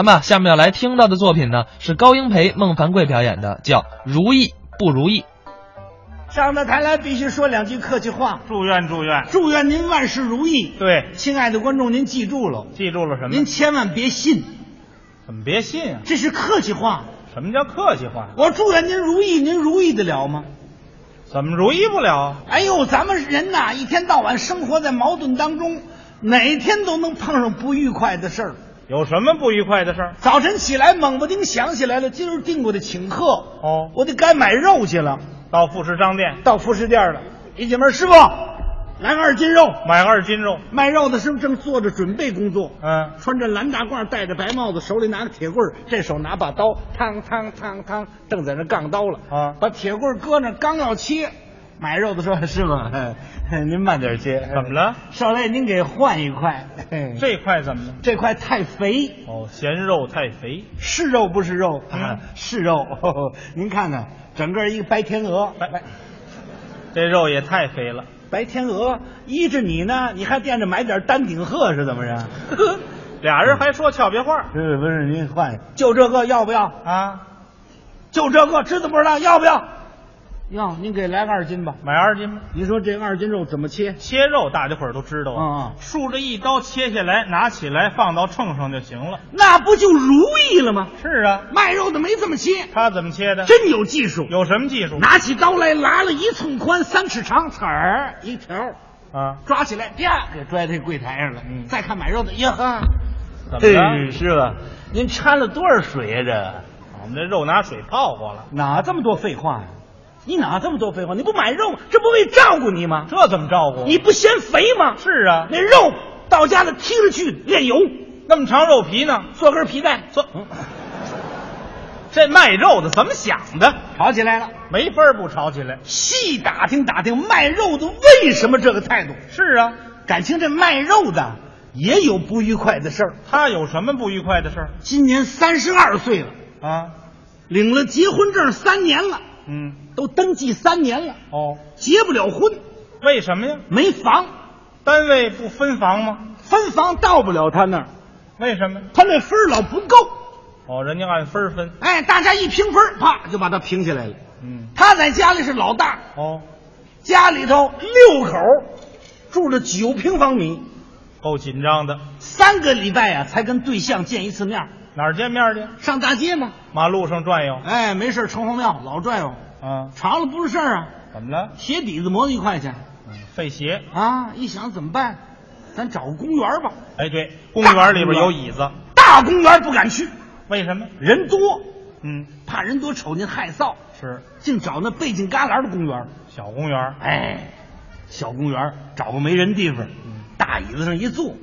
那么下面要来听到的作品呢，是高英培、孟凡贵表演的，叫《如意不如意》。 上到台来必须说两句客气话， 祝愿祝愿， 祝愿您万事如意。 对， 亲爱的观众，您记住了， 记住了什么？ 您千万别信， 怎么别信啊？ 这是客气话。 什么叫客气话？ 我祝愿您如意，您如意得了吗？ 怎么如意不了？ 哎呦，咱们人呐，一天到晚生活在矛盾当中，哪天都能碰上不愉快的事儿。 有什么不愉快的事儿？ 早晨起来猛不丁想起来了，今儿定我得请客哦， 我得该买肉去了。 到副食商店， 到副食店了，一进门，师傅来2斤肉， 买2斤肉。 卖肉的师傅正做着准备工作， 穿着蓝大褂，戴着白帽子，手里拿个铁棍，这手拿把刀，汤，正在那杠刀了啊！ 把铁棍搁那，刚要切，买肉的说：“师傅，您慢点切。” 怎么了？ 少爷，您给换一块。 这块怎么了？ 这块太肥哦，嫌肉太肥。 是肉不是肉？是肉。您看看，整个一个白天鹅， 这肉也太肥了。 白天鹅依着你呢，你还惦着买点丹顶鹤是怎么着？ 俩人还说俏皮话。 不是，您换，就这个要不要啊？ 就这个，知道不知道？要不要？要，您给来个2斤吧。 买2斤吧。 你说这2斤肉怎么切？ 切肉大家伙儿都知道啊，竖着一刀切下来，拿起来放到秤上就行了。 那不就如意了吗？ 是啊， 卖肉的没这么切。 他怎么切的？ 真有技术。 有什么技术？ 拿起刀来，拉了1寸宽3尺长，刺儿一条啊， 抓起来，啪给拽这柜台上了。再看买肉的，呀呵， 怎么了？ 师傅，您掺了多少水呀？这我们这肉拿水泡过了。 哪这么多废话呀？你哪这么多废话？你不买肉，这不为照顾你吗？ 这怎么照顾？ 你不嫌肥吗？ 是啊， 那肉到家了踢了去炼油， 那么长肉皮呢？ 做根皮带做。 这卖肉的怎么想的？ 吵起来了， 没法不吵起来。 细打听打听卖肉的为什么这个态度。 是啊， 感情这卖肉的也有不愉快的事儿。 他有什么不愉快的事儿？ 今年32岁了啊， 领了结婚证3年了。都登记3年了哦， 结不了婚， 为什么呀？ 没房， 单位不分房吗？ 分房到不了他那儿， 为什么？ 他那分老不够。 哦，人家按分分。 哎，大家一平分，啪就把他平起来了。他在家里是老大哦， 家里头6口，住着9平方米， 够紧张的。 3个礼拜啊才跟对象见一次面。 哪儿见面去？ 上大街嘛， 马路上转悠。 哎，没事城隍庙老转悠。长了不是事儿啊。 怎么了？ 鞋底子磨1块钱。 费鞋啊！一想怎么办？咱找个公园吧。 哎，对，公园里边有椅子。 大公园不敢去， 为什么？ 人多。怕人多瞅见害臊。 是， 净找那背景旮旯的公园。 小公园。 哎，小公园找个没人地方，大椅子上一坐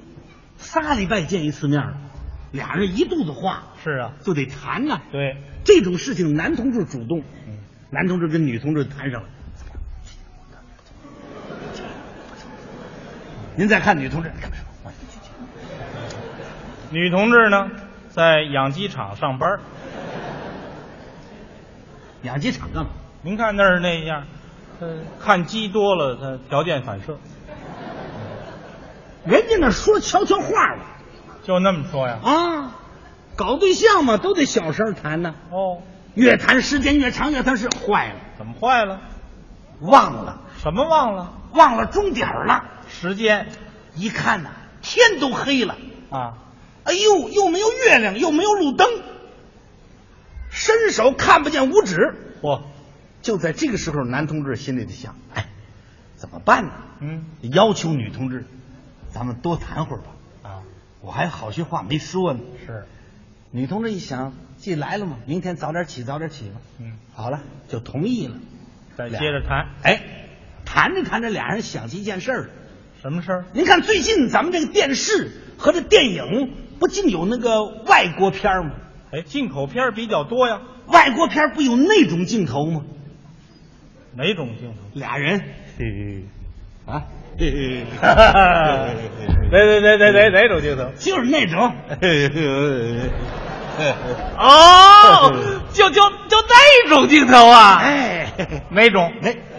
，3礼拜见一次面了。俩人一肚子话。 是啊， 就得谈呐。 对， 这种事情男同志主动，男同志跟女同志谈上了。您再看女同志， 女同志呢，在养鸡场上班。 养鸡场干嘛？ 您看那儿那样，看鸡多了，他条件反射。 人家那说悄悄话了。 就那么说呀？ 啊，搞对象嘛，都得小声谈呢。 哦， 越谈时间越长，越谈是坏了。 怎么坏了？ 忘了。 什么忘了？ 忘了钟点了。 时间一看呐，天都黑了啊！ 哎呦，又没有月亮，又没有路灯，伸手看不见五指。 嚯！ 就在这个时候，男同志心里就想：哎，怎么办呢？要求女同志，咱们多谈会儿吧。我还有好些话没说呢。 是， 女同志一想，既来了嘛，明天早点起吧。好了，就同意了。 再接着谈。 哎，谈着谈着，俩人想起一件事儿。 什么事儿？ 您看最近咱们这个电视和这电影不尽有那个外国片吗？ 哎，进口片比较多呀。 外国片不有那种镜头吗？ 哪种镜头？ 俩人啊。 哪种镜头？ 就是那种。 哦，就那种镜头啊！ 哎， 哪种？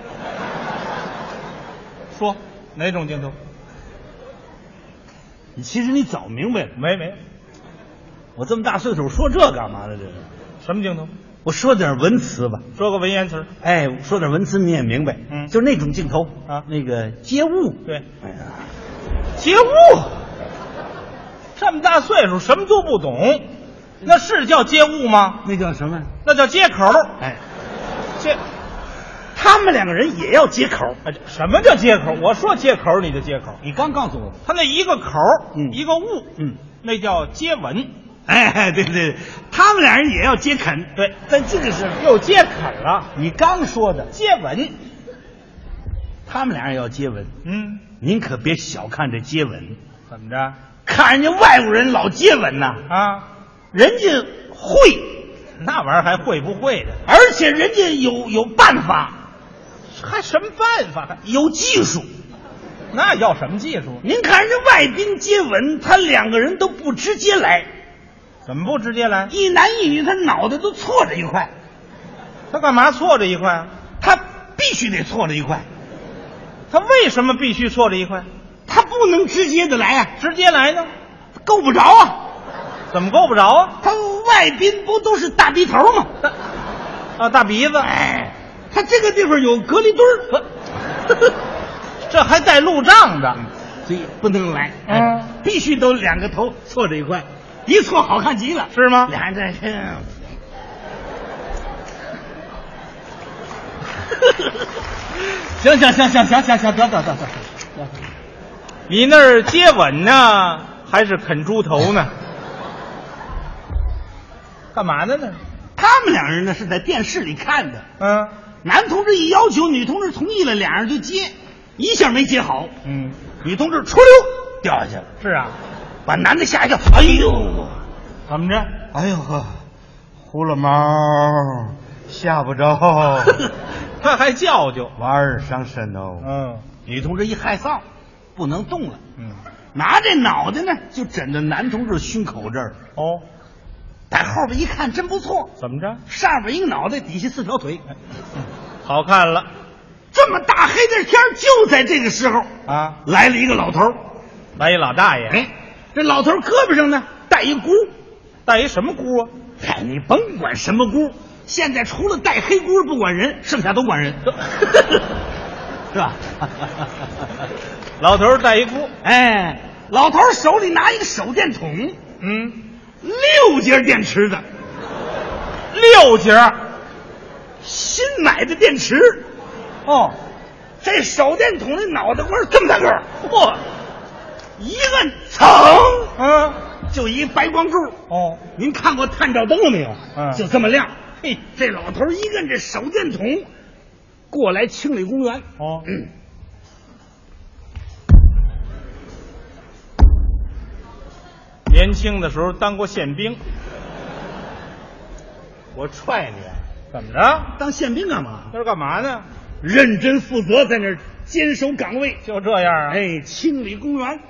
说哪种镜头？ 其实你早明白了。 没， 我这么大岁数说这干嘛呢？这是什么镜头？ 我说点文词吧。 说个文言词。 哎，说点文词你也明白。就是那种镜头啊， 那个街舞。 对， 哎呀， 街舞，这么大岁数什么都不懂，那是叫街舞吗？ 那叫什么？ 那叫街口。 哎， 街， 他们两个人也要接口。 哎，什么叫街口？我说街口，你就街口。 你刚告诉我， 他那一个口，一个物，那叫接吻。 哎，对对，他们俩人也要接吻。 对， 但这个是又接吻了。 你刚说的接吻， 他们俩人要接吻。您可别小看这接吻。 怎么着？ 看人家外国人老接吻呐， 啊， 人家会， 那玩意儿还会不会的？ 而且人家有办法， 还什么办法？ 有技术。 那要什么技术？ 您看人家外宾接吻，他两个人都不直接来。 怎么不直接来？ 一男一女，他脑袋都错着一块。 他干嘛错着一块啊？ 他必须得错着一块。 他为什么必须错着一块？ 他不能直接的来啊！ 直接来呢？ 够不着啊！ 怎么够不着啊？ 他外宾不都是大鼻头吗？ 大鼻子。 哎，他这个地方有隔离墩儿， 这还带路障的， 所以不能来。必须都两个头错着一块，一错好看极了， 是吗？ 俩人在行，得。 你那儿接吻呢，还是啃猪头呢？干嘛呢？ 他们两人呢是在电视里看的。男同志一要求，女同志同意了，俩人就接，一下没接好。女同志出溜掉下去了。 是啊， 把男的吓一跳。哎呦， 怎么着？ 哎呦呵，糊了毛，吓不着。 他还叫究， 玩儿伤身哦。女同志一害臊，不能动了。拿这脑袋呢，就枕着男同志胸口这儿。在后边一看，真不错。 怎么着？ 上边一个脑袋，底下4条腿， 好看了。 这么大黑的天，就在这个时候啊， 来了一个老头， 来一老大爷。 哎，这老头胳膊上呢带一箍， 带一什么箍啊？ 哎，你甭管什么箍，现在除了带黑箍不管人，剩下都管人，是吧？ 老头带一箍。 哎，老头手里拿一个手电筒，6节电池的 ，6节， 新买的电池。这手电筒的脑袋瓜这么大个儿，嚯，一摁，噌，就一白光柱。您看过探照灯了没有？就这么亮。嘿，这老头一摁这手电筒，过来清理公园。 年轻的时候当过宪兵。 我踹你！ 怎么着？ 当宪兵干嘛？ 那是干嘛呢？ 认真负责，在那儿坚守岗位。 就这样啊？ 哎，清理公园。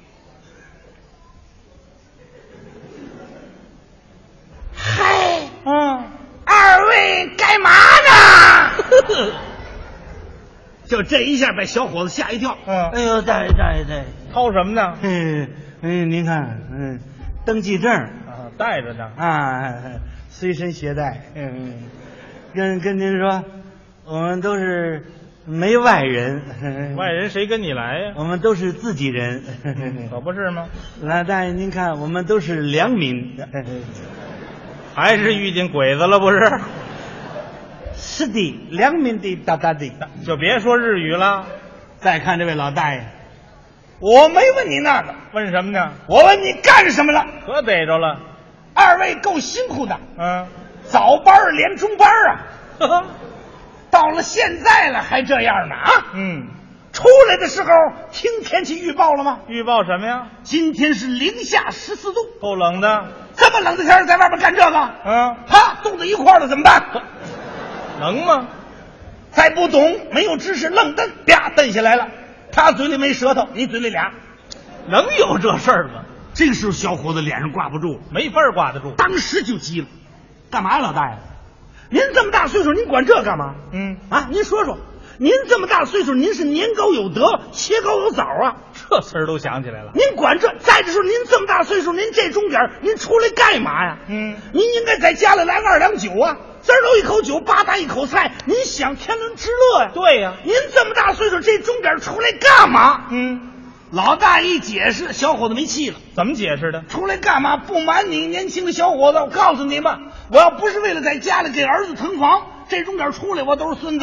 嗨，二位干嘛呢？就这一下把小伙子吓一跳。哎呦，大爷， 掏什么呢？ 您看，登记证带着呢随身携带。跟您说，我们都是没外人。 外人谁跟你来呀？ 我们都是自己人。 可不是吗？ 老大爷，您看，我们都是良民。 还是遇见鬼子了不是？ 是的，良民的大大的。 就别说日语了。 再看这位老大爷，我没问你那个， 问什么呢？ 我问你干什么了？ 可逮着了。 二位够辛苦的。早班连中班啊。到了现在了还这样呢啊？出来的时候听天气预报了吗？ 预报什么呀？ 今天是零下14度， 够冷的。 这么冷的天在外边干这个，冻在一块了怎么办？ 能吗？ 再不懂，没有知识，愣蹬，啪蹬下来了。他嘴里没舌头，你嘴里俩， 能有这事儿吗？ 这个时候小伙子脸上挂不住， 没法挂得住， 当时就急了。干嘛呀，老大爷？您这么大岁数，您管这干嘛？您说说， 您这么大岁数，您是年高有德，切糕有枣啊。 这词儿都想起来了。 您管这？再者说，您这么大岁数，您这钟点您出来干嘛呀？您应该在家里来个2两酒啊，滋儿搂一口酒，吧嗒一口菜，您享天伦之乐呀。 对呀， 您这么大岁数，这钟点出来干嘛？老大一解释，小伙子没气了。 怎么解释的？ 出来干嘛？不瞒你，年轻的小伙子，我告诉你吧，我要不是为了在家里给儿子腾房，这钟点出来我都是孙子。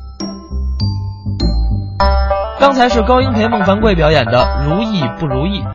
刚才是高英培、孟凡贵表演的《如意不如意》。